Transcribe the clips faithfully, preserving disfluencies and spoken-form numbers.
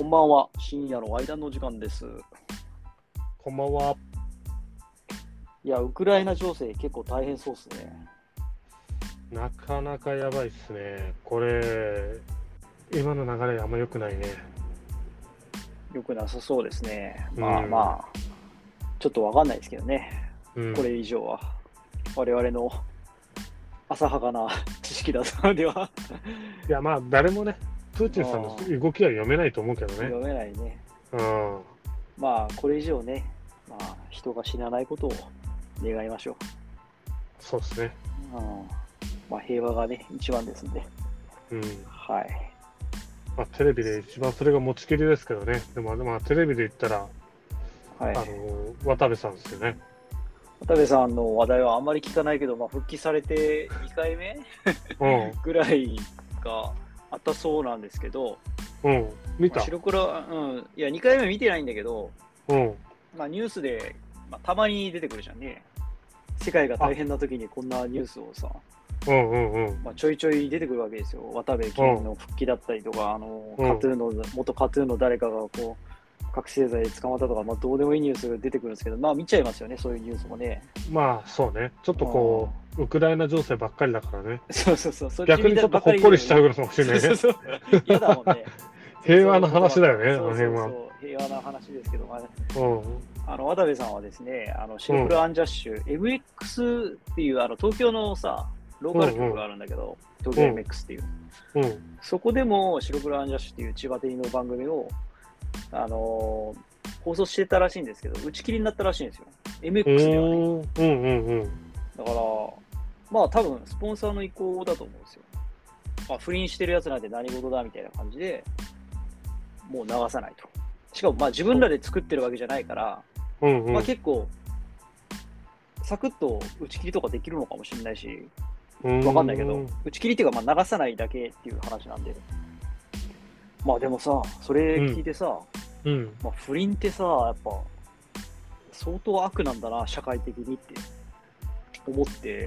こんばんは。深夜の間の時間です。 こんばんは。 いや、ウクライナ情勢結構大変そうっすね。 なかなかやばいっすね。これ、今の流れあんま良くないね。 よくなさそうですね。 うまあん。 まあ、ちょっとわかんないですけどね。 うん。 これ以上は。我々の浅はかな知識だとではいや、まあ、誰もね、プーチンさんのあ動きは読めないと思うけどね。 読めないね。 うん。 まあ、これ以上ね、まあ、人が死なないことを願いましょそうっすね。 う。うん、まあ、平和がね、一番ですんで。 うん。 はい。 まあ、テレビで一番それが持ちきりですけどね。でも、まあ、テレビで言ったら、 はい。 あの、渡部さんですよね。 渡部さんの話題はあんまり聞かないけど、まあ、復帰されてにかいめうん。 ぐらいがあったそうなんですけど、 うん。見まあ、 た。 白黒、うん、いや、にかいめ見てないんだけど、 うん。 まあ、ニュースで、まあ、たまに出てくるじゃんね。世界があ、 大変な時にこんなニュースをさ、 うんうんうん。 まあ、ちょいちょい出てくるわけですよ。渡部うん健の復帰だったりとか、あの、 うん。 カトゥーンの、元カトゥーンの誰かがこう、覚醒剤で捕まったとか、まあ、どうでもいいニュースが出てくるんですけど、まあ見ちゃいますよね、そういうニュースもね。 まあ、そうね。ちょっとこあう、ウクライナ情勢ばっかりだからね。 そうそうそう、そっち逆にちょっと見たばほっこりしかりでもいい。 ちゃうかもしれないね。 そうそうそう、嫌だもんね。戦平和な争のことばっか、 話だよね、あのそう辺は。 そうそう、平和な話ですけど、まあ、 うん。 あの渡部さんはですね、あのうん。 白黒アンジャッシュ、エムエックス っていうあの東京のさ、ローうんうん。 カル局があるんだけど、東京うん。 エムエックス っていう。 うん。 そこでも白黒アンジャッシュっていう千葉テレビの番組を、あのー放送してたらしいんですけど、打ち切りになったらしいんですよ。 うエムエックス ではね。 ーん。うんうんうん。 だから、まあ多分スポンサーの意向だと思うんですよ。まあ、不倫してるやつなんて何事だみたいな感じで、もう流さないと。しかもまあ自分そらで作ってるわけじゃないから、 う。うんうん。 まあ結構、サクッと打ち切りとかできるのかもしれないし、 うーわかんないけど、 ん。 打ち切りっていうかまあ流さないだけっていう話なんで。まあでもさ、それうん。 聞いてさ、 うん。 まあ不倫ってさ、やっぱ相当悪なんだな、社会的にって思って、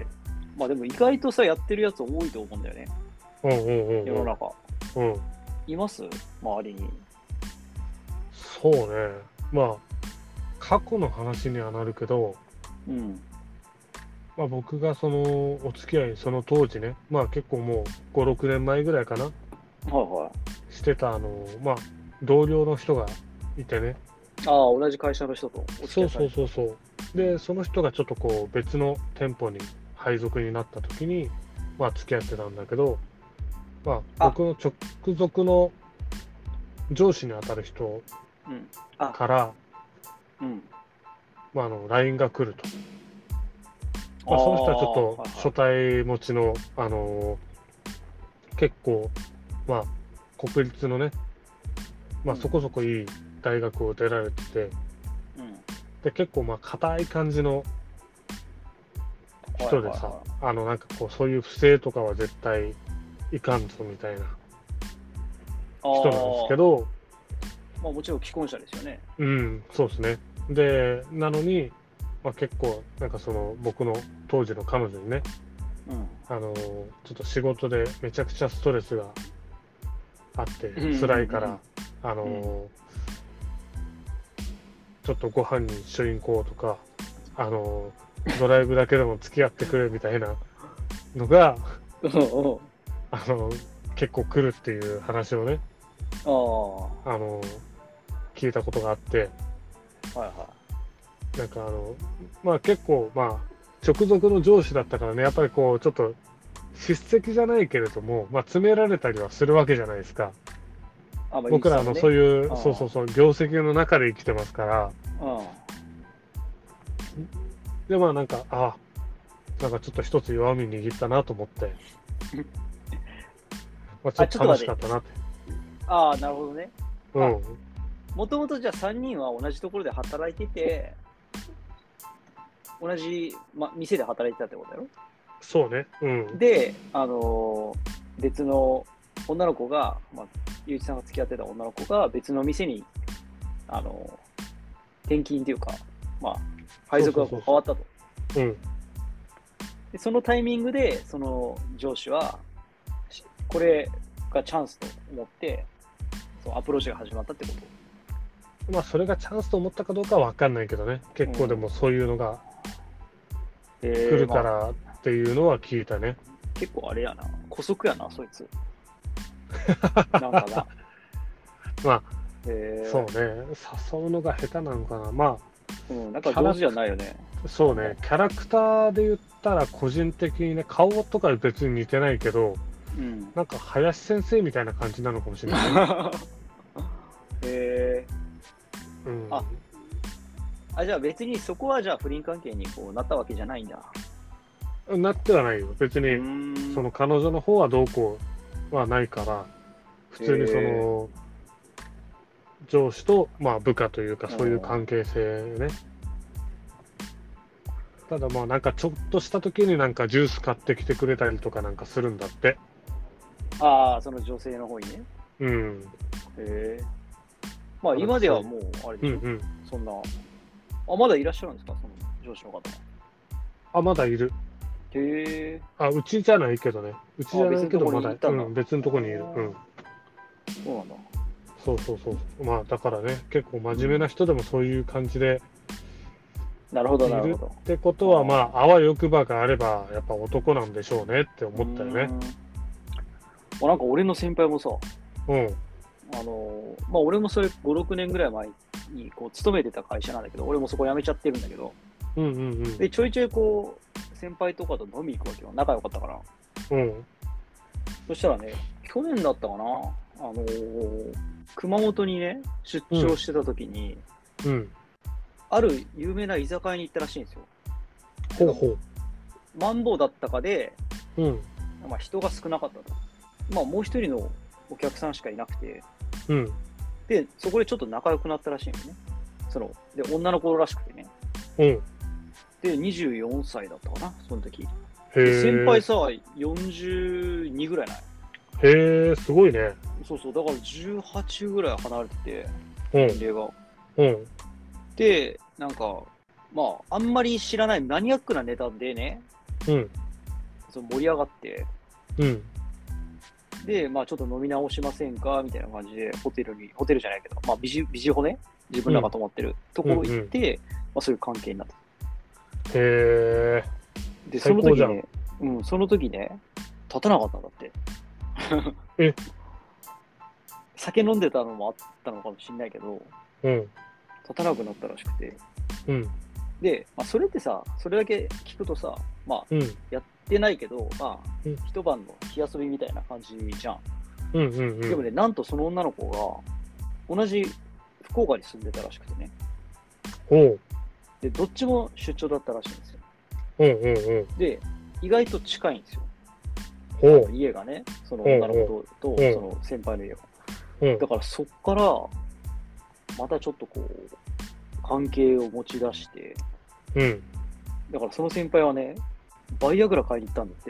まあでも意外とさ、やってるやつ多いと思うんだよね、 うんうんうんうん。 世の中。 うん。 います周りに。 そうね。まあ、過去の話にはなるけど、 うん。 まあ僕がそのお付き合い、その当時ね、まあ結構もうご、ろくねんまえぐらいかな、 はいはい。 してたあの、まあ同僚の人がいてね、 ああ、同じ会社の人とお付きそうそう合いされてた。 そうそう。で、 うん。 その人がちょっとこう別の店舗に配属になった時に、まあ付き合ってたんだけど、まああ、 僕の直属の上司にあたる人うん。あ、 から、 うん。 まああの ライン が来ると。 あまあその人はちょっあ、 とはいは書体持ちの、あの結構、まあ国立のね、 い。 まあそうん。 こそこいい大学を出られてて、 うん。 で結構まあ硬い感じのはいはい人でさ、 はあのなんかこうそういう不正とかは絶対いかんぞみたいない。 人なんですけああ、 ど、 まあもちろん既婚者ですよね。 うん、そうですね。で、なのに、まあ、結構なんかその僕の当時の彼女にね、 うん。 あのちょっと仕事でめちゃくちゃストレスがあってうんうん辛いから、あうんうん。 のちょっとご飯に一緒に行こうとか、あのドライブだけでも付き合ってくれみたいなのが、 うん。うん。 あの結構来るっていう話をね、 ああ、はあの聞いたことがあって、 いはなんかあの、まあ結構、まあ、直属の上司だったからね、やっぱりこう、ちょっと、叱責じゃないけれども、まあ、詰められたりはするわけじゃないですか。 い。あ、まあ、ゆうき僕ら、あの、 さんもね。 そういう、そうあそうそう、業績の中で生きてますから、 あ、うん。 で、まあなんか、あなんかちょっと一つ弱み握ったなと思って、まあ、ちょあ、 っと楽ちょっと待って。 しかったなって。 ああ、なるほどね。あ、 うん。 もともとじゃあさんにんは同じところで働いてて、同じ、ま、店で働いてたってことだろ。 そうね。うん。 で、あのー別の女の子が、まあ、ゆういちさんが付き合ってた女の子が別の店に、あのー転勤っていうか、まあ、配そう属がそうそうそこう変わったと。 う。うん。 で、そのタイミングで、その上司は、しこれがチャンスと思って、 そのアプローチが始まったってこと？ まあ、それがチャンスと思ったかどうかは分かんないけどね、結構でもそういうのが来るかまあ、 らっていうのは聞いたね。 結構あれやな、姑息やな、そいつ。なんかな。 まあ、 えー、 そうね、誘うのが下手なのかな。まうん、なんか上手じゃないよね。 あ、そうね、キャラクターで言ったら、個人的にね、顔とか別に似てないけど、 うん。 なんか林先生みたいな感じなのかもしれないね。 えうん、 あー、あ、じゃあ別にそこはじゃあ不倫関係にこうなったわけじゃないんだ。 なってはないよ。別うに、 ーん。 その彼女の方はどうこうはないから、普通にそへの、上司と、まあ、部下というか、 ーそういう関係性ね。ただまあ、なんかちょっとした時になんかジュース買ってきてくれたりとかなんかするんだって。 ああ、その女性の方にね。 うん。 へえ。まあ今ではもう、あれでしょ、 うんうん。 そんな。あ、まだいらっしゃるんですか、その上司の方は。 あ、まだいる。 へえ。 あ、うちじゃないけどね。うちじゃないけど、まだ、 別のとこに行ったんだ。 うん、別のとこにいる。うん。 そうなんだ。 そうそうそう。まあ、だからね、結構真面目な人でもそういう感じでなるほど、 いるなるほど。 ってことは、まあ、あわよくばがあれば、やっぱ男なんでしょうねって思ったよね。 うーん。まあ、なんか俺の先輩もさ、 うん。 あのまあ俺もそれご、ろくねんぐらい前にこう勤めてた会社なんだけど、俺もそこ辞めちゃってるんだけど、 うんうんうん。 で、ちょいちょいこう、先輩とかと飲み行くわけよ。仲良かったから。 うん。 そしたらね、去年だったかな、あのー熊本にね、出張してた時に、 うん。 ある有名な居酒屋に行ったらしいんですよ。 ほうほマンボウだったかで、 う。うん。 まあ、人が少なかったと。まあもう一人のお客さんしかいなくて、 うん。 で、そこでちょっと仲良くなったらしいんよね。その、で、女の子らしくてね。 うん。 で、にじゅうよんさいだったかな、その時。 へで先輩え。 さ、よんじゅうにぐらいない。 へえ、すごいね。 そうそう、だからじゅうはちぐらい離れてて、 うん。 年齢が。 うん。 で、なんか、まあ、あんまり知らないマニアックなネタでね、 うん。 その盛り上がって、 うん。 で、まあ、ちょっと飲み直しませんかみたいな感じで、ホテルに、ホテルじゃないけど、まあ、ビジビジホね、自分らが泊まってるところ行って、まあ、そういう関係になった。 へえ。 で、その時最高じゃん。 ね、うん、その時ね、立たなかったんだって。 え酒飲んでたのもあったのかもしれないけど、 うん。 立たなくなったらしくて。 うん。 で、まあ、それってさ、それだけ聞くとさ、まあ、 うん。 やってないけど、まあ、 うん一晩の火遊びみたいな感じじゃん。 うんうんうん。 でもね、なんとその女の子が、同じ福岡に住んでたらしくてね。 おう。 で、どっちも出張だったらしいんですよ。 うんうんうん。 で、意外と近いんですよ。 ほう。 家がね、その女の子と、とうんその先輩の家が。 うんだからそっから、またちょっとこう、関係を持ち出して、 うん。 だからその先輩はね、バイアグラ買いに行ったんだって。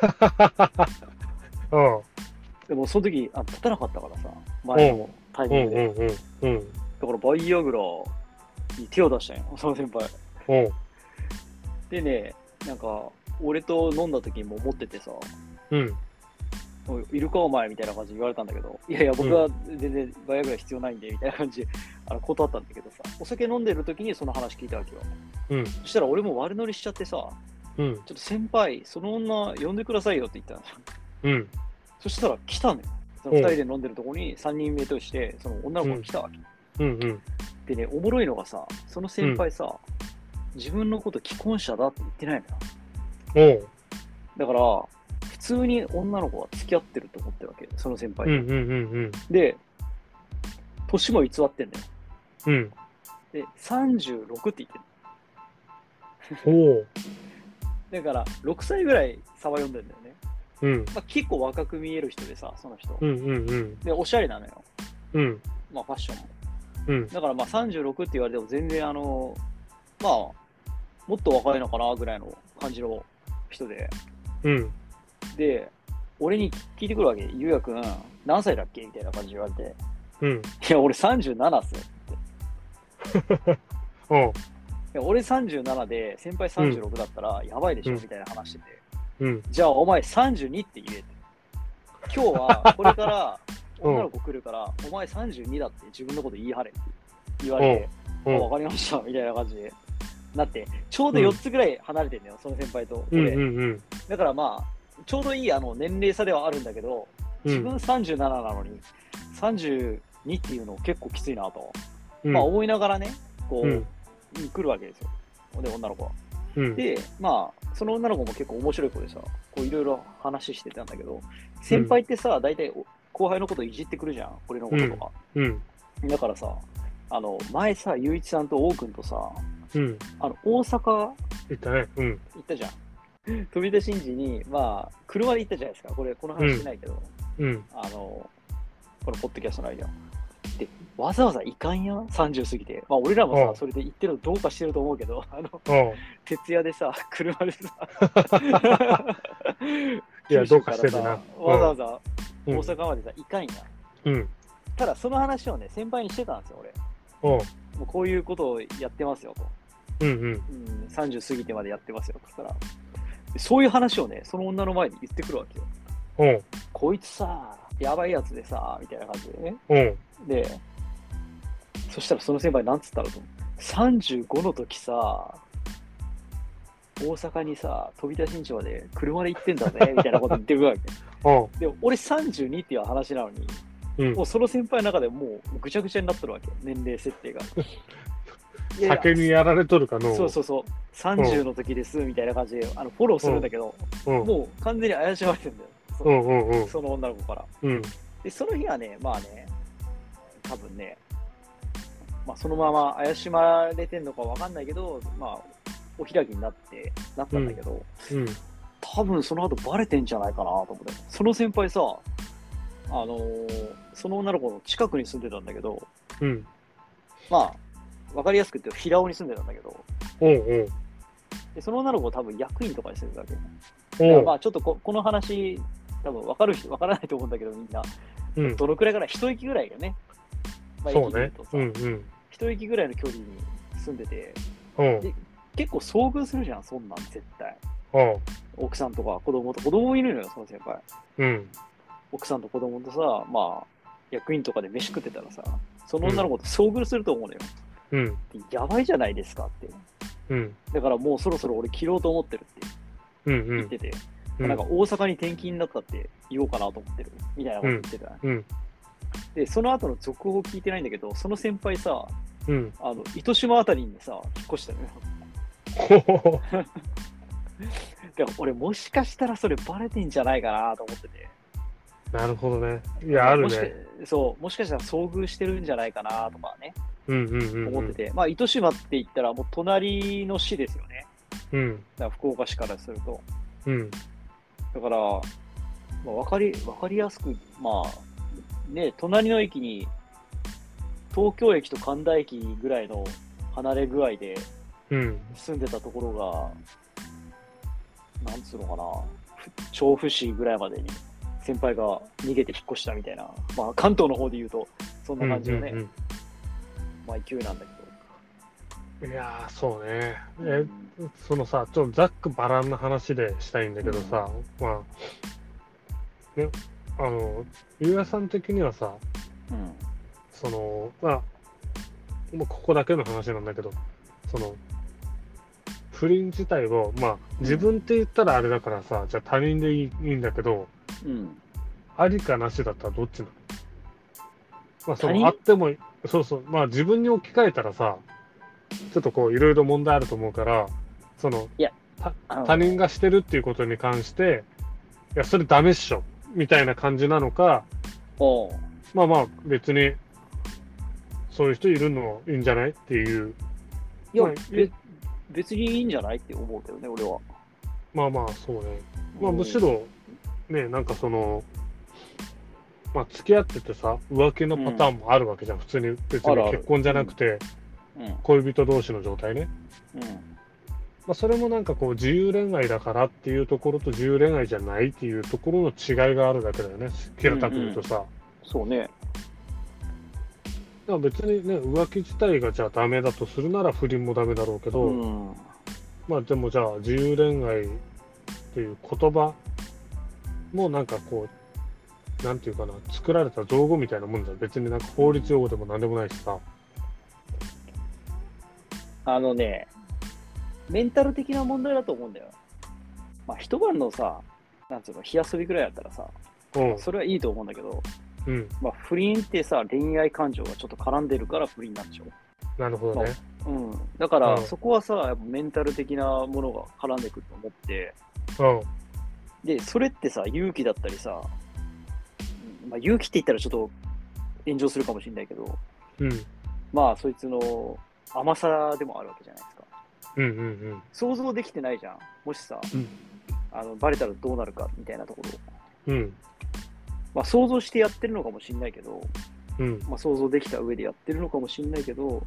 うんでもその時あ立たなかったからさ、前のタイうミングで。 んうんうんうん。 だからバイアグラに手を出したんよ、その先輩。 うんでね、なんか、俺と飲んだ時にも持っててさ、 うんおいいるかお前みたいな感じで言われたんだけど、いやいや、僕は全然バイアグラ必要ないんで、みたいな感じであの断ったんだけどさ、お酒飲んでる時にその話聞いたわけよ。 うんそしたら俺も悪乗りしちゃってさ、 うんちょっと先輩、その女呼んでくださいよって言ったの。 うんそしたら来たのよ。そのふたりで飲んでるとこにさんにんめとして、その女の子が来たわけ。 うんうんでね、おもろいのがさ、その先輩さ、自分のこと既婚者だって言ってないのよ。 おうだから、普通に女の子が付き合ってると思ってるわけ、その先輩と。 うんうんうんで、年も偽ってんだよ。 うんで、さんじゅうろくって言っておうる。だから、ろくさいぐらい差は読んでんだよね。 うんまあ、結構若く見える人でさ、その人。 うんうんうんで、おしゃれなのよ。 うんまあ、ファッションも。 うんだから、まあ、さんじゅうろくって言われても全然、あの、まあ、もっと若いのかなぐらいの感じの人で。 うんで、俺に聞いてくるわけ。ゆうやくん、何歳だっけみたいな感じで言われて。 うんいや、俺さんじゅうななっすよって。 おういや俺さんじゅうななで、先輩さんじゅうろくだったら、やばいでしょ、 うんみたいな話してて。 うんじゃあ、お前さんじゅうにって言えって。今日は、これから女の子来るから、お前さんじゅうにだって自分のこと言い張れって言われて、あ、わかりました、みたいな感じで。なって、ちょうどよっつぐらい離れてんだよ、その先輩と俺。 うんうんうん、だからまあ、ちょうどいいあの年齢差ではあるんだけど、自分さんじゅうなななのに、さんじゅうにっていうの結構きついなと、うん、まあ思いながらね、こう、うん、来るわけですよ。で、女の子は。うん、で、まあ、その女の子も結構面白い子でさ、こういろいろ話してたんだけど、先輩ってさ、大体後輩のこといじってくるじゃん、俺のこととか。うんうん、だからさ、あの、前さ、ゆういちさんと王くんとさ、うん、あの大阪行ったね、うん、 行ったじゃん。飛田真嗣に、まあ、車で行ったじゃないですか。これ、この話しないけど、うん、あの、このポッドキャストの間。で、わざわざ行かんやさんじゅう過ぎて。まあ、俺らもさ、それで行ってるのどうかしてると思うけど、あの、徹夜でさ、車でさ、 いや、どうかしてるな。 わざわざ大阪までさ、行かんや。うん。ただ、その話をね、先輩にしてたんですよ、俺。もうこういうことをやってますよと。うんうん。うん、さんじゅう過ぎてまでやってますよって言ったら、そういう話をね、その女の前で言ってくるわけよ。うん。こいつさ、やばいやつでさ、みたいな感じでね。うん。で、そしたらその先輩なんつったらと、さんじゅうごの時さ、大阪にさ、飛田新地まで車で行ってんだぜ、みたいなこと言ってくるわけ。うん。で、俺さんじゅうにっていう話なのに、うん、もうその先輩の中でもうぐちゃぐちゃになってるわけ、年齢設定が。 酒にやられとるかの。 そうそうそう、さんじゅうの時ですみたいな感じであのフォローするんだけど、うん、もう完全に怪しまれてるんだよ、そ, うんうんうん、その女の子から。うん、で、その日はね、まあね、多分ね、まあ、そのまま怪しまれてんのかわかんないけど、まあ、お開きになって、なったんだけど、うんうん、多分その後バレてんじゃないかなと思って、その先輩さ、あのー、その女の子の近くに住んでたんだけど、うん、まあ、わかりやすく言って平尾に住んでたんだけど、うんうん、でその女の子多分役員とかに住んでたわけ。だからまあちょっと こ, この話、多分わかる人、わからないと思うんだけど、みんな、うん、どのくらいかな、一駅ぐらいよね。まあ、 そうね。 とさ、うんうん、一駅ぐらいの距離に住んでて、で結構遭遇するじゃん、そんなん絶対。奥さんとか子供と子供いるのよ、その先輩。うん、奥さんと子供とさ、まあ、役員とかで飯食ってたらさ、その女の子と遭遇すると思うのよ。うん、やばいじゃないですかって。うん、だからもうそろそろ俺切ろうと思ってるって言ってて、うんうん、なんか大阪に転勤になったって言おうかなと思ってるみたいなこと言ってた。うんうん、で、その後の続報聞いてないんだけど、その先輩さ、うん、あの糸島あたりにさ、引っ越したのよ。でも俺もしかしたらそれバレてんじゃないかなと思ってて。 なるほどね。いや、あるね。 もしそう、もしかしたら遭遇してるんじゃないかなとかね、うんうんうんうん、思ってて。まあ、糸島って言ったらもう隣の市ですよね。うん。だから福岡市からすると。うん。だから、まあ、わかり、わかりやすく、まあ、ね、隣の駅に、東京駅と神田駅ぐらいの離れ具合で住んでたところが、うん、なんつうのかな、調布市ぐらいまでに先輩が逃げて引っ越したみたいな、まあ関東の方で言うとそんな感じのね、うんうんうん、まあ勢いなんだけど。いやー、そうね。え、うん、そのさ、ちょっとざっくばらんな話でしたいんだけどさ、うん、まあ、ね、あの、ゆうやさん的にはさ、うん、その、まあ、もうここだけの話なんだけど、その、不倫自体を、まあ、自分って言ったらあれだからさ、うん、じゃあ他人でいい、いいんだけど、うん、ありかなしだったらどっちなの？まあ、そのあっても、そうそう、まあ自分に置き換えたらさ、ちょっとこういろいろ問題あると思うから、そのいや他人がしてるっていうことに関して、いや、それダメっしょ、みたいな感じなのか、おまあまあ別に、そういう人いるのいいんじゃないっていう。 いや、まあ、別にいいんじゃないって思うけどね、俺は。 まあまあ、そうね。まあむしろ、ね、なんかその、まあ付き合っててさ、浮気のパターンもあるわけじゃん、うん、普通に別に結婚じゃなくて、うん、恋人同士の状態ね。うん、まあそれもなんかこう自由恋愛だからっていうところと自由恋愛じゃないっていうところの違いがあるだけだよね、平たく言うとさ。うんうん、 そうね。 だから別にね、浮気自体がじゃあダメだとするなら不倫もダメだろうけど、うん、まあでもじゃあ自由恋愛っていう言葉もなんかこう、 なんていうかな、作られた造語みたいなもんじゃん。別になんか法律用語でもなんでもないしさ。 あのね、メンタル的な問題だと思うんだよ。まあ、一晩のさ、なんつうの、火遊びぐらいだったらさ、 うん、 それはいいと思うんだけど、 うん、 まあ、不倫ってさ、恋愛感情がちょっと絡んでるから不倫なんでしょ。 なるほどね。 まあ、うん。だから、 うん、 そこはさ、やっぱメンタル的なものが絡んでくると思って、 うん、 で、それってさ、勇気だったりさ、まあ、勇気って言ったらちょっと炎上するかもしれないけど、 うん、 まあ、そいつの甘さでもあるわけじゃないですか。 うん、うん、うん。 想像できてないじゃん。もしさ、 うん、 あのバレたらどうなるかみたいなところ。 うん、 まあ、想像してやってるのかもしれないけど、 うん、 まあ、想像できた上でやってるのかもしれないけど、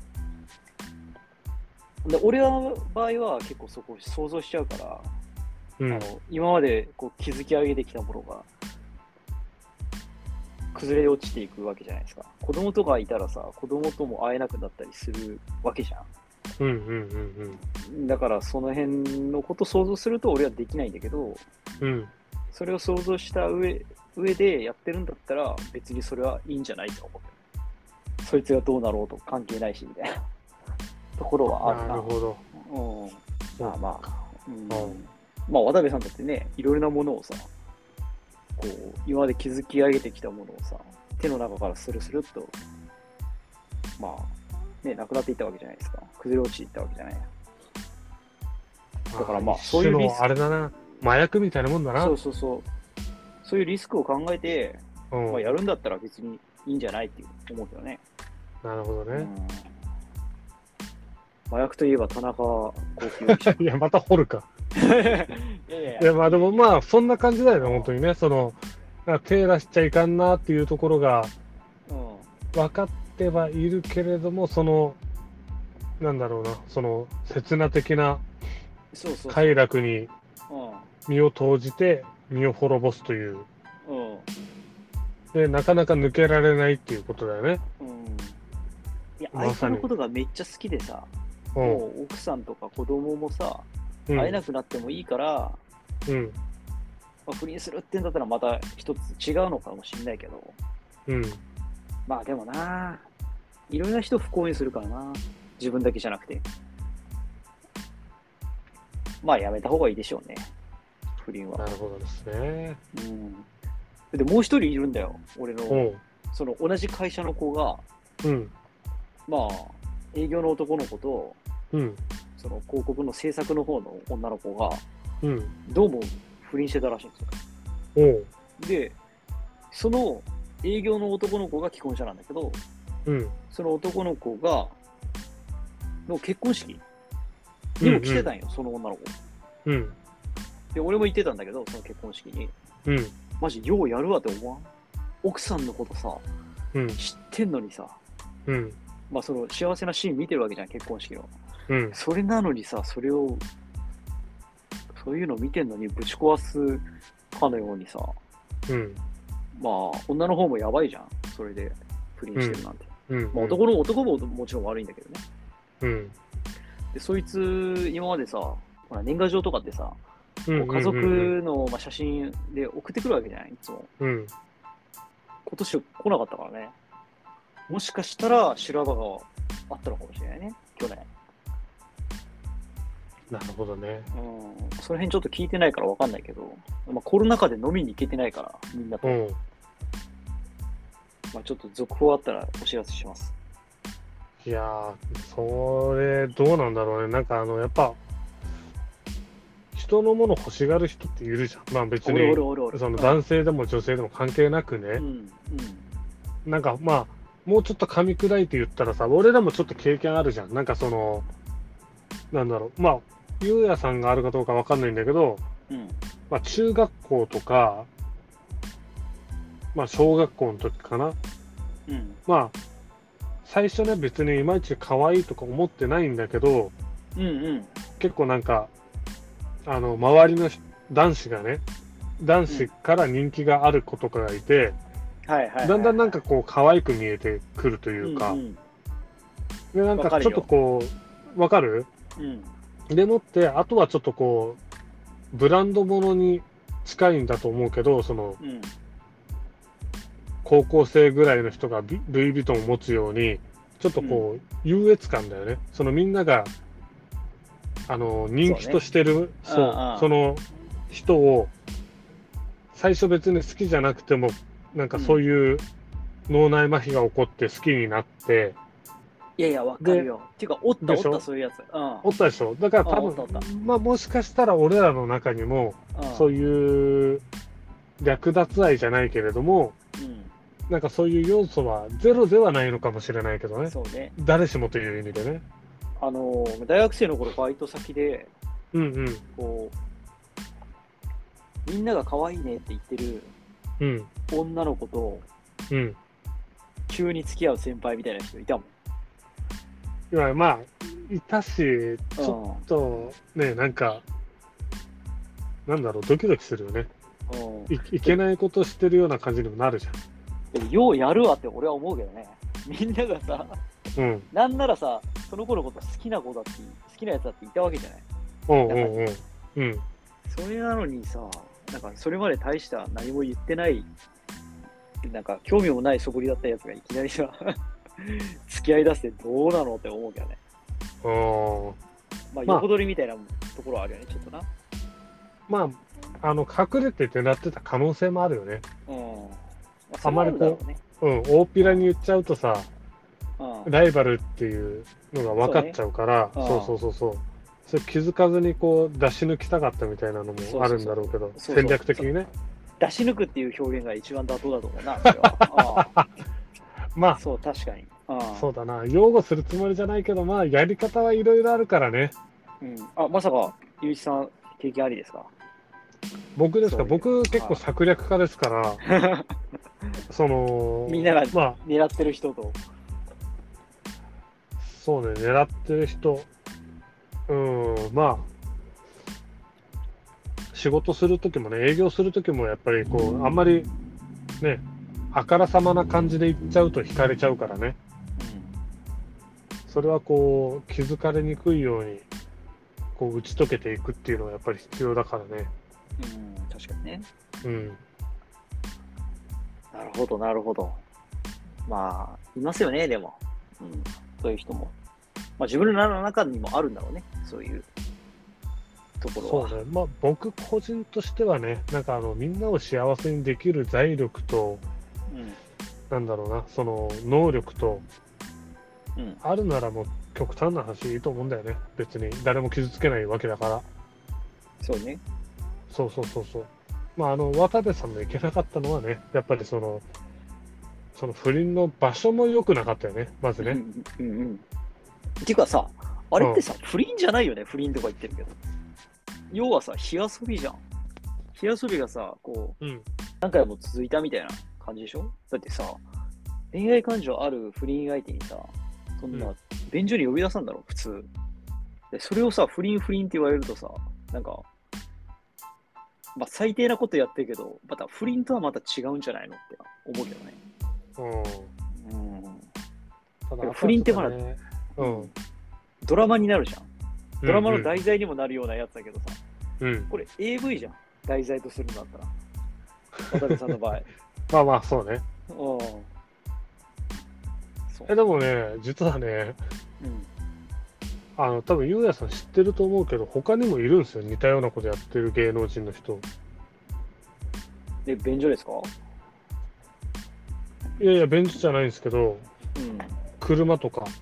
で俺の場合は結構そこ想像しちゃうから、 うん、 あの今までこう築き上げてきたものが崩れ落ちていくわけじゃないですか。子供とかいたらさ、子供とも会えなくなったりするわけじゃん。 うん、うん、うん、 だからその辺のこと想像すると俺はできないんだけど、 うん。 それを想像した上上でやってるんだったら別にそれはいいんじゃないと思う。そいつがどうなろうと関係ないしみたいなところはあるな。 なるほど。 うん、まあまあ、うん、 うん、 まあ渡部さんだってね、いろいろなものをさ、こう今まで築き上げてきたものをさ、手の中からスルスルっとまあね、なくなっていったわけじゃないですか。崩れ落ちていったわけじゃない。だからまあそういうリスク、 あれだな、麻薬みたいなもんだな。 そうそうそう、そういうリスクを考えて、 うん、 まあ、やるんだったら別にいいんじゃないって思うけどね。 なるほどね。うん、 麻薬といえば田中幸喜容疑者。 いや、また掘るか。 いやいやいや、 いや、まあでもまあ、そんな感じだよね、本当にね。その、手出しちゃいかんなっていうところが分かってはいるけれども、その、なんだろうな、その、刹那的な快楽に身を投じて、身を滅ぼすという。 うん、 で、なかなか抜けられないっていうことだよね。 うん、いや、相手のことがめっちゃ好きでさ、もう奥さんとか子供もさ、うん、会えなくなってもいいから、 うんまあ、不倫するってんだったらまた一つ違うのかもしれないけど、 うん、 まあでもな、いろんな人不幸にするからな、自分だけじゃなくて。まあやめた方がいいでしょうね、不倫は。 なるほどですね。 うん。で、もう一人いるんだよ、俺の、その同じ会社の子が、 うん、 まあ、営業の男の子と、 うん、 その広告の制作の方の女の子が、 うん、 どうも不倫してたらしいんですよ。で、その営業の男の子が既婚者なんだけど、 うん、 その男の子が、の結婚式にも来てたんよ、うんうん、その女の子。 うん。 で、俺も行ってたんだけど、その結婚式に。 うん。 マジ、ようやるわって思わん？奥さんのことさ、 うん、 知ってんのにさ、 うん。 まあその幸せなシーン見てるわけじゃん、結婚式の。 うん。 それなのにさ、それを、そういうの見てんのにぶち壊すかのようにさ、 うん。 まあ、女の方もやばいじゃん、それで不倫してるなんて。 うん。 まあ男の男ももちろん悪いんだけどね。 うん。 で、そいつ、今までさ、ほら年賀状とかってさ、家族の写真で送ってくるわけじゃない、いつも。 うん、 今年来なかったからね。もしかしたら修羅場があったのかもしれないね、去年。 なるほどね。 うん、その辺ちょっと聞いてないから分かんないけど、まあ、コロナ禍で飲みに行けてないから、みんなと。うん、まあ、ちょっと続報あったらお知らせします。 いやー、それ、どうなんだろうね。なんか、あの、やっぱ、人のもの欲しがる人っているじゃん。まあ別に、その男性でも女性でも関係なくね。うんうん、なんかまあ、もうちょっと噛み砕いて言ったらさ、俺らもちょっと経験あるじゃん。なんかその、なんだろう、まあ、ゆうやさんがあるかどうかわかんないんだけど、うん、まあ中学校とか、まあ小学校の時かな。うん、まあ、最初ね、別にいまいち可愛いとか思ってないんだけど、うんうん、結構なんか、あの周りの男子がね、男子から人気がある子とかがいて、だんだんなんかこう可愛く見えてくるというか、うんうん、でなんかちょっとこう分かる、うん、でもってあとはちょっとこうブランド物に近いんだと思うけど、その、うん、 高校生ぐらいの人がビルイ・ヴィトンを持つように、ちょっとこう、優越感だよね。そのみんなが、あの、人気としてる、そう、 うんうんその人を、最初別に好きじゃなくても、なんかそういう脳内麻痺が起こって好きになって、 いやいや、わかるよ。っていうか、おったおっでしょた、そういうやつ。うん。 おったでしょ。だから多うんおったおった分、まあもしかしたら俺らの中にも、 うんそういう略奪愛じゃないけれども、 うんなんかそういう要素はゼロではないのかもしれないけどね。 そうね。 誰しもという意味でね。 あのー、大学生の頃、バイト先で、 うんうん。 こう、みんなが可愛いねって言ってるうん女の子と、 うん。 急に付き合う先輩みたいな人いたもん。 いやまあ、いたし、ちょっとね、なんか、なんだろう、ドキドキするよね。 うん。 いいけないことしてるような感じにもなるじでもようやるわって俺は思うけどね。みんながさ、 ゃん。うん。 なんならさ、その子のこと好きな子だって、好きなやつだっていたわけじゃない。 うんうんうん。うん。 それなのにさ、なんかそれまで大した何も言ってない、なんか興味もない素振りだったやつがいきなりさ、付き合い出してどうなのって思うけどね。 あーまあ、 まあ横取りみたいなところはあるよね、ちょっとな。 まあ、あの、隠れて狙ってた可能性もあるよね。 うん。 あまりこう、ね、 う、うん、大っぴらに言っちゃうとさ、 うん、 ライバルっていうのが分かっちゃうから、 そうねそうそうそうそう。それ気づかずにこう出し抜きたかったみたいなのもあるんだろうけど、 そうそうそう戦略的にね。 出し抜くっていう表現が一番妥当だと思うな、それは。あまあ、 そう、確かに。あそうだな、擁護するつもりじゃないけど、まあ、やり方はいろいろあるからね。 うん、あ、まさか、ゆういちさん、経験ありですか？ 僕ですか、 そういう僕結構策略家ですから、その、 みんながまあ、 狙ってる人と。 そうね、狙ってる人、うん、まあ、仕事するときもね、営業するときもやっぱりこう、あんまりね、あからさまな感じで言っちゃうと惹かれちゃうからね。それはこう、気づかれにくいように、こう、打ち解けていくっていうのはやっぱり必要だからね。 うん、うん、確かにね。 うん。 なるほど、なるほど。まあ、いますよね、でも。うん、そういう人も。まあ、自分の中にもあるんだろうね、そういうところは。 そうね。まあ、僕個人としてはね、なんかあの、みんなを幸せにできる財力と、 うんなんだろうな、その能力と、 うん、 あるならもう極端な話いいと思うんだよね。別に誰も傷つけないわけだから。 そうね。 そうそうそうそう。まあ、あの、渡部さんのいけなかったのはね、やっぱりその、その不倫の場所も良くなかったよね、まずね。 うんうんうん。ていうかさ、あれってさ、不倫じゃないよね、不倫とか言ってるけど。要はさ、火遊びじゃん。火遊びがさ、こう、 うん。 何回も続いたみたいな感じでしょ？だってさ、恋愛感情ある不倫相手にさ、そんなうん、 便所に呼び出さんだろ、普通。で、それをさ、不倫不倫って言われるとさ、なんか、まあ、最低なことやってるけど、また不倫とはまた違うんじゃないのって思うけどね。 うん。 うん。 ただ不倫ってまだね、うん。 ドラマになるじゃん。ドラマのうんうん題材にもなるようなやつだけどさ、 うん。 これ エーブイ じゃん。題材とするんだったら。渡辺さんの場合。 まあまあ、そうね。 うん。そうえ、でもね、実はね、 うん。 あの、多分ゆうやさん知ってると思うけど、他にもいるんですよ。似たようなことやってる芸能人の人。 で、便所ですか？ いやいや、ベンチじゃないんですけど、 うん。 車とか。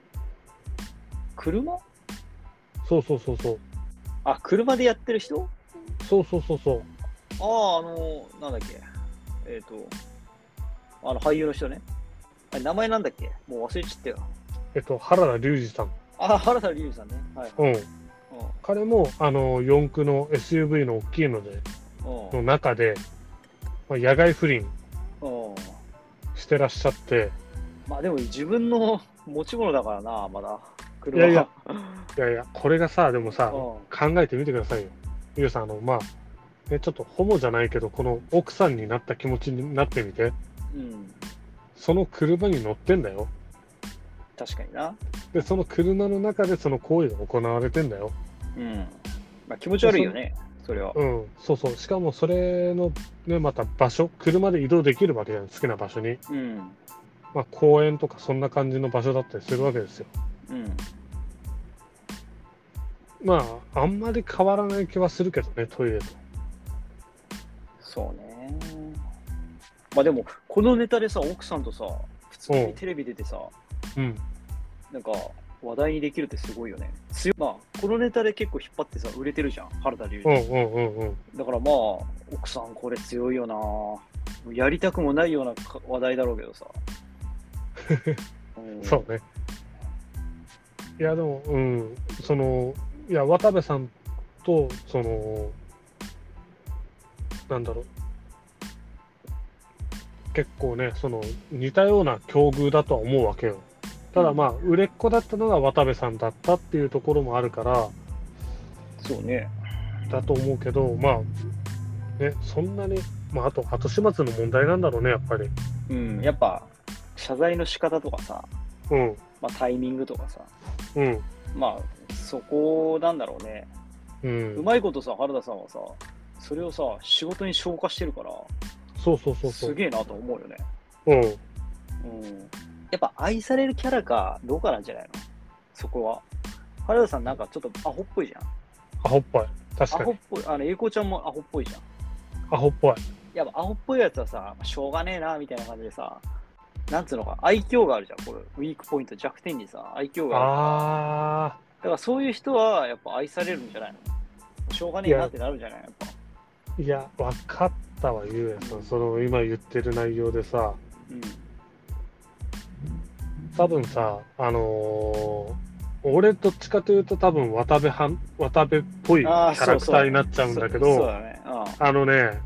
車？ そうそうそうそう。 あ、車でやってる人？ そうそうそうそう。 ああ、あの、なんだっけ。えっ、と、あの、俳優の人ね。あれ名前なんだっけ？もう忘れちゃったよ。 えっと、原田龍二さん。 あ、原田龍二さんね。はい。 うん。 うん。 彼も、あの、四駆の エスユーブイ の大きいので、 うん。 の中で、まあ、野外不倫うん。 してらっしゃって、 まあでも自分の持ち物だからな、まだ。 い車やいや、いやいや、これがさ、でもさ、 うん考えてみてくださいよ。ゆうさん、あの、まあ、ね、ちょっとホモじゃないけど、この奥さんになった気持ちになってみて、 うん。 その車に乗ってんだよ。 確かにな。 で、その車の中でその行為が行われてんだよ。 うん。まあ気持ち悪いよね。 それは。 うん、そうそう。しかもそれのね、また場所、車で移動できるわけじゃん、好きな場所に。 うん。 まあ、公園とかそんな感じの場所だったりするわけですよ。 うん。 まあ、あんまり変わらない気はするけどね、トイレと。 そうね。まあでも、このネタでさ、奥さんとさ、普通にテレビ出てさ、 うん。 なんか、話題にできるってすごいよね。強い。まあ、このネタで結構引っ張ってさ、売れてるじゃん、原田龍うん二。 うんうんうん。 だからまあ、奥さんこれ強いよな。やりたくもないようなか話題だろうけどさ。うん、 そうね。いや、でも、うん、その、いや、渡部さんと、その、なんだろう、結構ね、その、似たような境遇だとは思うわけよ。ただまあ、売れっ子だったのが渡部さんだったっていうところもあるから、 そうね。 だと思うけど、まあ、ね、そんなに、まあ、あと、後始末の問題なんだろうね、やっぱり。 うん、やっぱ、謝罪の仕方とかさ、 うん、 まあタイミングとかさ、 うん、 まあ、そこなんだろうね。 う。 うんまいことさ、原田さんはさ、それをさ、仕事に消化してるから、 そうそうそうそう。 すげえなと思うよね。 うん。 うん。やっぱ愛されるキャラかどうかなんじゃないのそこは。原田さんなんかちょっとアホっぽいじゃん。 アホっぽい。確アかに。 ホっぽい。あの、栄光ちゃんもアホっぽいじゃん。 アホっぽい。 やっぱアホっぽいやつはさ、しょうがねえな、みたいな感じでさ、なんつうのか、愛嬌があるじゃん。これ、ウィークポイント、弱点にさ、愛嬌があるから。 あだからそういう人はやっぱ愛されるんじゃないのしょうがねえなってなるんじゃないやっぱ。 ー、いや、分かったわ、ゆうやさん。その、今言ってる内容でさ、 うん。 多分さ、あのー俺どっちかというと多分渡部はん、渡部っぽいキああ、 ャラクターになっちゃうんだけど、 そうそうだね。 あのね、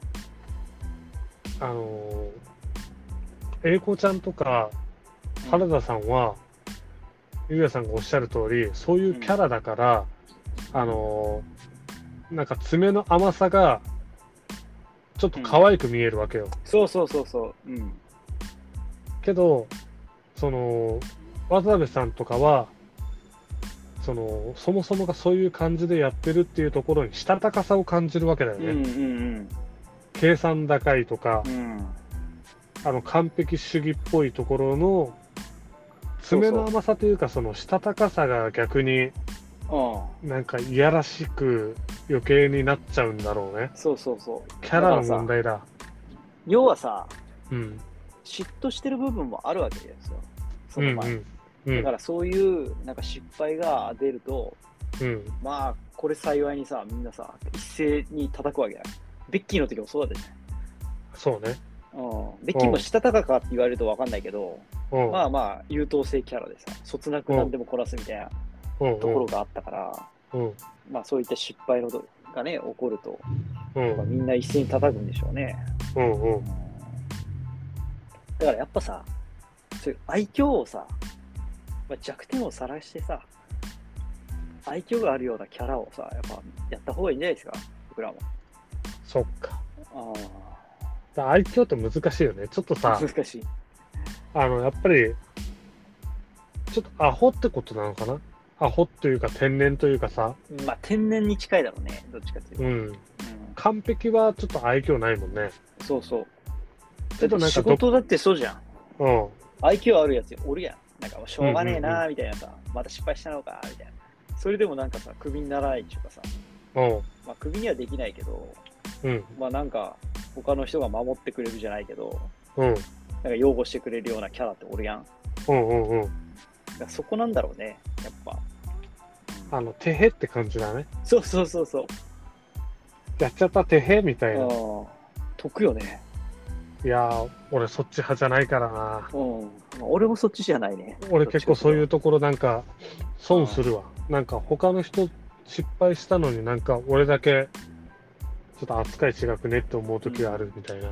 あのー、栄子ちゃんとかうん原田さんは、ゆうやさんがおっしゃる通り、そういうキャラだから、あのーなんか爪の甘さが、ちょっと可愛く見えるわけよ。 そうそうそうそう。うん。 けど、その、渡部さんとかは、その、そもそもがそういう感じでやってるっていうところにしたたかさを感じるわけだよね。 うんうん計算高いとかう、ん。 あの、完璧主義っぽいところの、爪の甘さというか、その、したたかさが逆に、 うん。 なんか、いやらしく余計になっちゃうんだろうね。 そうそうそう。 キャラの問題だ。 要はさ、 うん。 嫉妬してる部分もあるわけですよ。そうんの前。 うん。うんだからそういうなんか失敗が出ると、 うん。 まあ、これ幸いにさ、みんなさ、一斉に叩くわけだ。ベッキーの時もそうだったじそうね。 ゃん。うん。ベッキーもしたたかかって言われると分かんないけど、 うん。 まあまあ、優等生キャラでさ、そつなく何でもこなすみたいなうんところがあったから、 うん。 まあそういった失敗のどがね、起こると、 うん。 まあみんな一斉に叩くんでしょうね。 うんうんうんだからやっぱさ、そういう愛嬌をさ、まあ、弱点を晒してさ、愛嬌があるようなキャラをさ、やっぱやった方がいいんじゃないですか、僕らも。 そっか。 あだ愛嬌って難しいよね。ちょっとあ、 さ、 難しい。 あの、やっぱり、ちょっとアホってことなのかな。アホっていうか天然というかさ、 まあ天然に近いだろうね、どっちかっていうと。 うん。 うん、 完璧はちょっと愛嬌ないもんね。 そうそう。 ちょっとなんか仕事だってそうじゃん。 うん。 愛嬌あるやつおるやん。なんかしょうがねえなーみたいなさ、また失敗したのかみたいな。それでもなんかさ、クビにならないっていうかさ、 うん。 まあクビにはできないけど、 うん。 まあなんか他の人が守ってくれるじゃないけど、 うん。 なんか擁護してくれるようなキャラっておるやん。 うんうんうん。 だからそこなんだろうね、やっぱ。 あの、てへって感じだね。 そうそうそうそう。 やっちゃったてへみたいな。 ああ、得よね。 いやー、俺そっち派じゃないからな。 うん。俺もそっちじゃないね。 俺結構そういうところなんか損するわ。なんか他の人失敗したのになんか俺だけちょっと扱い違くねって思う時があるみたいな。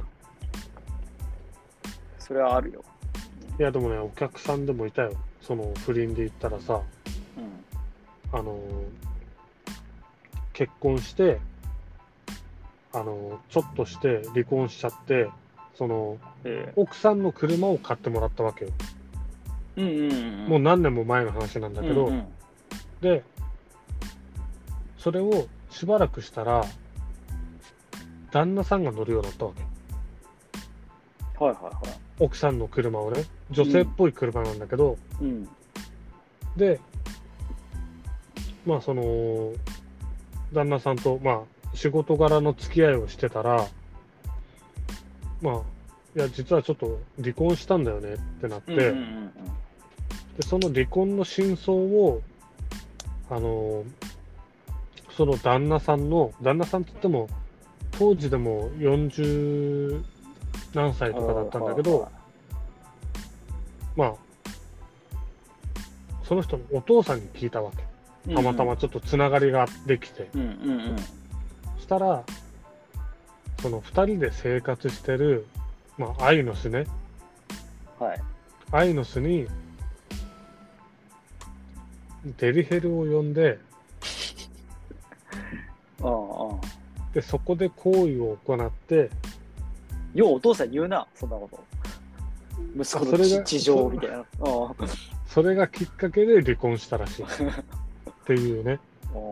それはあるよ。 いやでもね、お客さんでもいたよ。その不倫で言ったらさ、 うん。 あのー結婚して、あのーちょっとして離婚しちゃって、そのえ奥さんの車を買ってもらったわけよ。 えうんうんうん。 もう何年も前の話なんだけど、 うんうんで、それをしばらくしたら、旦那さんが乗るようになったわけ。 はいはいはい。 奥さんの車をね、女性っぽい車なんだけど、 うん。 で、まあその、旦那さんと、まあ仕事柄の付き合いをしてたら、まあ、いや、実はちょっと離婚したんだよねってなって、 うんうんうんうん、 で、その離婚の真相を、あの、その旦那さんの、旦那さんって言っても、当時でもよんじゅう何歳とかだったんだけど、まあ、その人のお父さんに聞いたわけ。たまたまちょっとつながりができて。 うんうんうん、 そしたら、そのふたりで生活してる、まあ、アイノスね。 はい。 アイノスに、デリヘルを呼んで、 ああで、そこで行為を行って、 ようお父さん言うな、そんなこと。息子の事情みたいな。ああそれがきっかけで離婚したらしい。っていうね。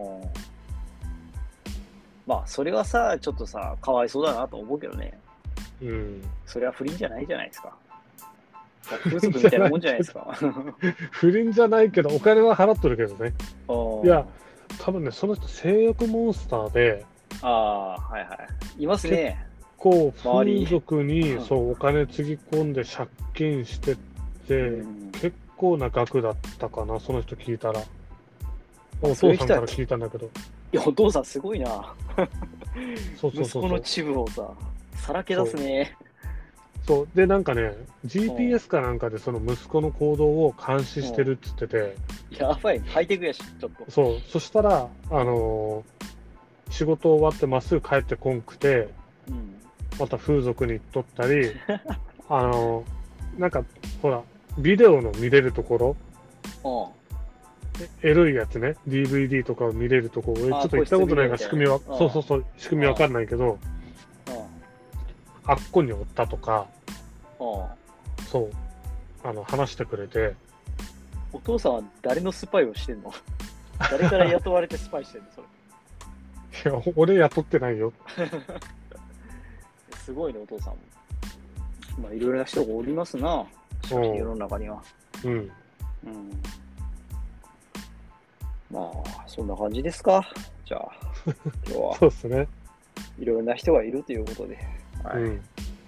まあ、それはさ、ちょっとさ、かわいそうだなと思うけどね。 うん。 それは不倫じゃないじゃないですか。風俗みたいなもんじゃないですか。 不倫じゃないけど、お金は払っとるけどね。いや、多分ね、その人、性欲モンスターで、 ああ、はいはい。いますね。 結構、風俗にそうお金つぎ込んで借金してて、うん、結構な額だったかな、その人聞いたら。お父さんから聞いたんだけど。 いや、お父さんすごいな。 そうそうそうそう。 息子のチブをさ、さらけ出すね。 そう。で、なんかね、ジーピーエス かなんかでその息子の行動を監視してるっつってて。 やばい、ハイテクやし、ちょっと。 そう。そしたら、あのー、仕事終わってまっすぐ帰ってこんくて、うん、また風俗に行っとったり、あのー、なんか、ほら、ビデオの見れるところ、エロいやつね、ディーブイディー とかを見れるところ、ちょっと行ったことないから仕組みは、そうそうそう、仕組みわかんないけど、あっこにおったとか、そう、あの、話してくれて。 お父さんは誰のスパイをしてんの？誰から雇われてスパイしてんのそれ。いや、俺雇ってないよ。 すごいね、お父さんも。まあ、いろいろな人がおりますな、世の中には。うん。うん。まあ、そんな感じですか。じゃあ、今日は。 そうですね。 いろいろな人がいるということで。はい。うん、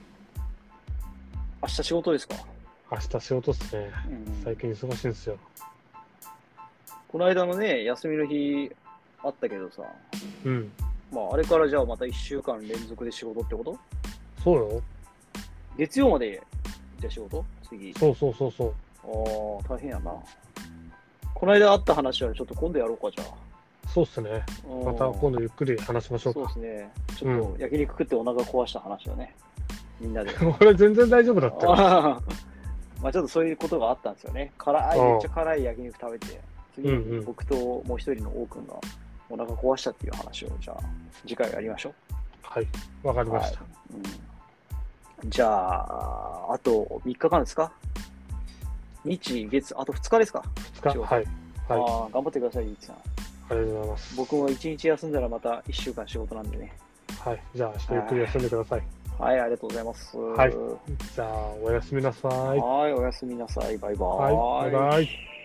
明日仕事ですか？ 明日仕事っすね。うん、最近忙しいんですよ。 この間のね、休みの日あったけどさ。うん。まあ、あれからじゃあまたいっしゅうかん連続で仕事ってこと？ そうよ。 月曜までじゃあ仕事？次。 そうそうそうそう。 ああ、大変やな。この間あった話はちょっと今度やろうか、じゃあ。 そうっすね。また今度ゆっくり話しましょうか。 そうですね。ちょっと焼肉食ってお腹壊した話をね、みんなで。 俺全然大丈夫だったよ。 まあちょっとそういうことがあったんですよね。辛い、めっちゃ辛い焼肉食べて、次に僕ともう一人の王くんがお腹壊したっていう話を、じゃあ次回やりましょう。 はい、わかりました。はい、 うん、じゃあ、あとみっかかんですか？日、月、あとふつかですか？ ふつか、はい。はい、 ああ、頑張ってください、ゆうきさん。 ありがとうございます。 僕もいちにち休んだらまたいっしゅうかん仕事なんでね。 はい、じゃあ、明日ゆっくり休んでください。 はい、ありがとうございます。 はい、じゃあ、おやすみなさい。 はい、おやすみなさい。バイバーイ。 はい、バイバイ。